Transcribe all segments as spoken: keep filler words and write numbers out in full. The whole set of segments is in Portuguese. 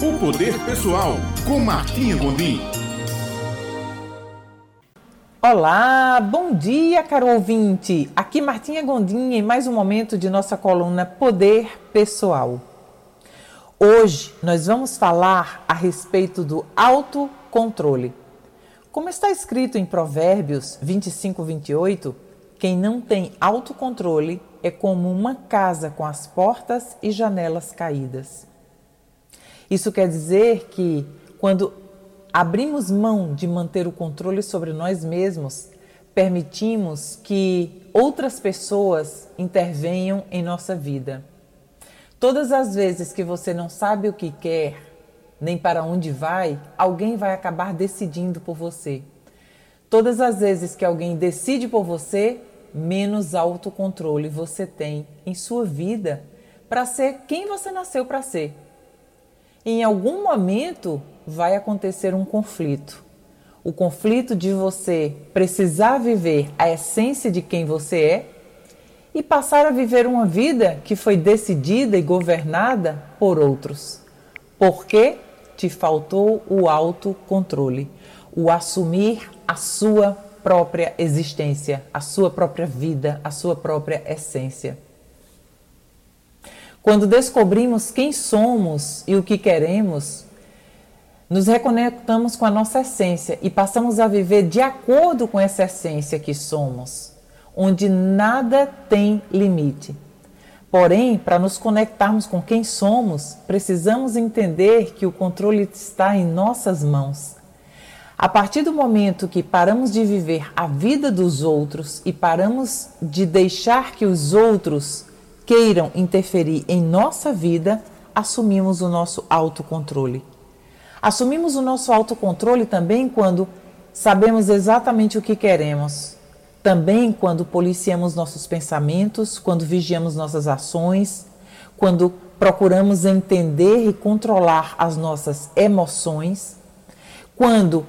O Poder Pessoal, com Martinha Gondim. Olá, bom dia, caro ouvinte. Aqui Martinha Gondim em mais um momento de nossa coluna Poder Pessoal. Hoje nós vamos falar a respeito do autocontrole. Como está escrito em Provérbios vinte e cinco, vinte e oito, quem não tem autocontrole é como uma casa com as portas e janelas caídas. Isso quer dizer que quando abrimos mão de manter o controle sobre nós mesmos, permitimos que outras pessoas intervenham em nossa vida. Todas as vezes que você não sabe o que quer, nem para onde vai, alguém vai acabar decidindo por você. Todas as vezes que alguém decide por você, menos autocontrole você tem em sua vida para ser quem você nasceu para ser. Em algum momento vai acontecer um conflito. O conflito de você precisar viver a essência de quem você é e passar a viver uma vida que foi decidida e governada por outros. Porque te faltou o autocontrole, o assumir a sua própria existência, a sua própria vida, a sua própria essência. Quando descobrimos quem somos e o que queremos, nos reconectamos com a nossa essência e passamos a viver de acordo com essa essência que somos, onde nada tem limite. Porém, para nos conectarmos com quem somos, precisamos entender que o controle está em nossas mãos. A partir do momento que paramos de viver a vida dos outros e paramos de deixar que os outros queiram interferir em nossa vida, assumimos o nosso autocontrole. Assumimos o nosso autocontrole também quando sabemos exatamente o que queremos. Também quando policiamos nossos pensamentos, quando vigiamos nossas ações, quando procuramos entender e controlar as nossas emoções, quando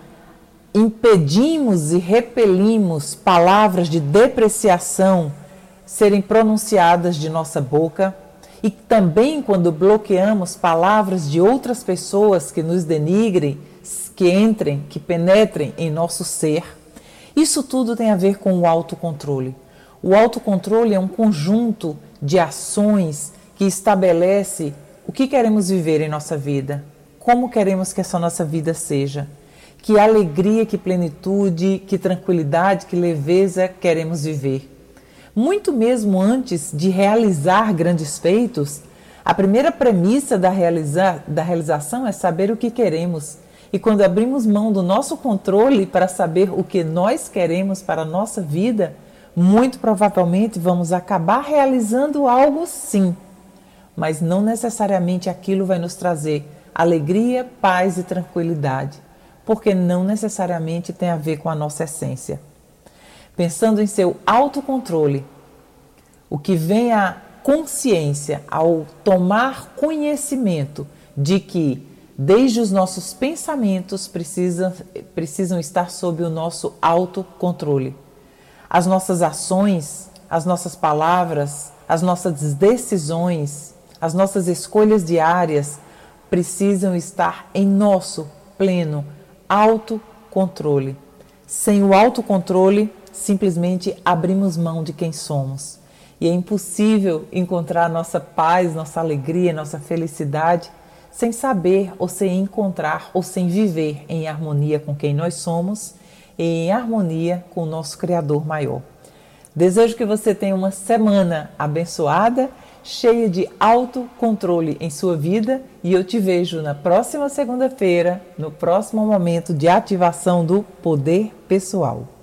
impedimos e repelimos palavras de depreciação serem pronunciadas de nossa boca e também quando bloqueamos palavras de outras pessoas que nos denigrem, que entrem, que penetrem em nosso ser. Isso tudo tem a ver com o autocontrole. O autocontrole é um conjunto de ações que estabelece o que queremos viver em nossa vida, como queremos que essa nossa vida seja, que alegria, que plenitude, que tranquilidade, que leveza queremos viver. Muito mesmo antes de realizar grandes feitos, a primeira premissa da, realizar, da realização é saber o que queremos. E quando abrimos mão do nosso controle para saber o que nós queremos para a nossa vida, muito provavelmente vamos acabar realizando algo sim, mas não necessariamente aquilo vai nos trazer alegria, paz e tranquilidade, porque não necessariamente tem a ver com a nossa essência. Pensando em seu autocontrole, o que vem à consciência ao tomar conhecimento de que desde os nossos pensamentos precisam, precisam estar sob o nosso autocontrole. As nossas ações, as nossas palavras, as nossas decisões, as nossas escolhas diárias precisam estar em nosso pleno autocontrole. Sem o autocontrole, simplesmente abrimos mão de quem somos. E é impossível encontrar nossa paz, nossa alegria, nossa felicidade sem saber ou sem encontrar ou sem viver em harmonia com quem nós somos e em harmonia com o nosso Criador maior. Desejo que você tenha uma semana abençoada, cheia de autocontrole em sua vida e eu te vejo na próxima segunda-feira, no próximo momento de ativação do Poder Pessoal.